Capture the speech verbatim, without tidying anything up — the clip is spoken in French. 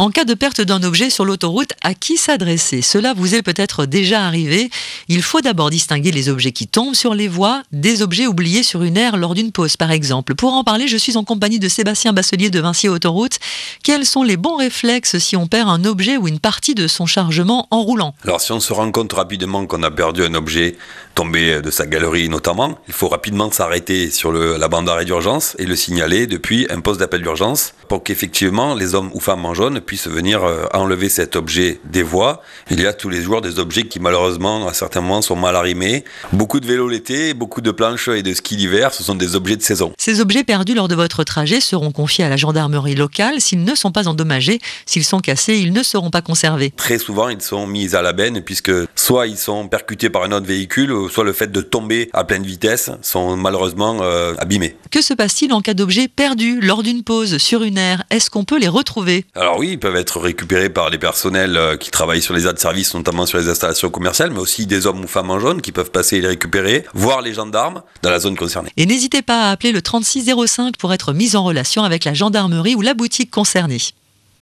En cas de perte d'un objet sur l'autoroute, à qui s'adresser? Cela vous est peut-être déjà arrivé. Il faut d'abord distinguer les objets qui tombent sur les voies des objets oubliés sur une aire lors d'une pause, par exemple. Pour en parler, je suis en compagnie de Sébastien Basselier de Vinci Autoroute. Quels sont les bons réflexes si on perd un objet ou une partie de son chargement en roulant? Alors si on se rend compte rapidement qu'on a perdu un objet tombé de sa galerie notamment, il faut rapidement s'arrêter sur le, la bande d'arrêt d'urgence et le signaler depuis un poste d'appel d'urgence pour qu'effectivement les hommes ou femmes en jaune puissent venir enlever cet objet des voies. Il y a tous les jours des objets qui malheureusement à certains moments sont mal arrimés. Beaucoup de vélos l'été, beaucoup de planches et de ski l'hiver, ce sont des objets de saison. Ces objets perdus lors de votre trajet seront confiés à la gendarmerie locale. S'ils ne sont pas endommagés, s'ils sont cassés, ils ne seront pas conservés. Très souvent ils sont mis à la benne puisque soit ils sont percutés par un autre véhicule, soit le fait de tomber à pleine vitesse sont malheureusement euh, abîmés. Que se passe-t-il en cas d'objets perdus lors d'une pause sur une aire? Est-ce qu'on peut les retrouver? Alors oui, ils peuvent être récupérés par les personnels euh, qui travaillent sur les aides de service, notamment sur les installations commerciales, mais aussi des hommes ou femmes en jaune qui peuvent passer et les récupérer, voire les gendarmes dans la zone concernée. Et n'hésitez pas à appeler le trente-six zéro cinq pour être mis en relation avec la gendarmerie ou la boutique concernée.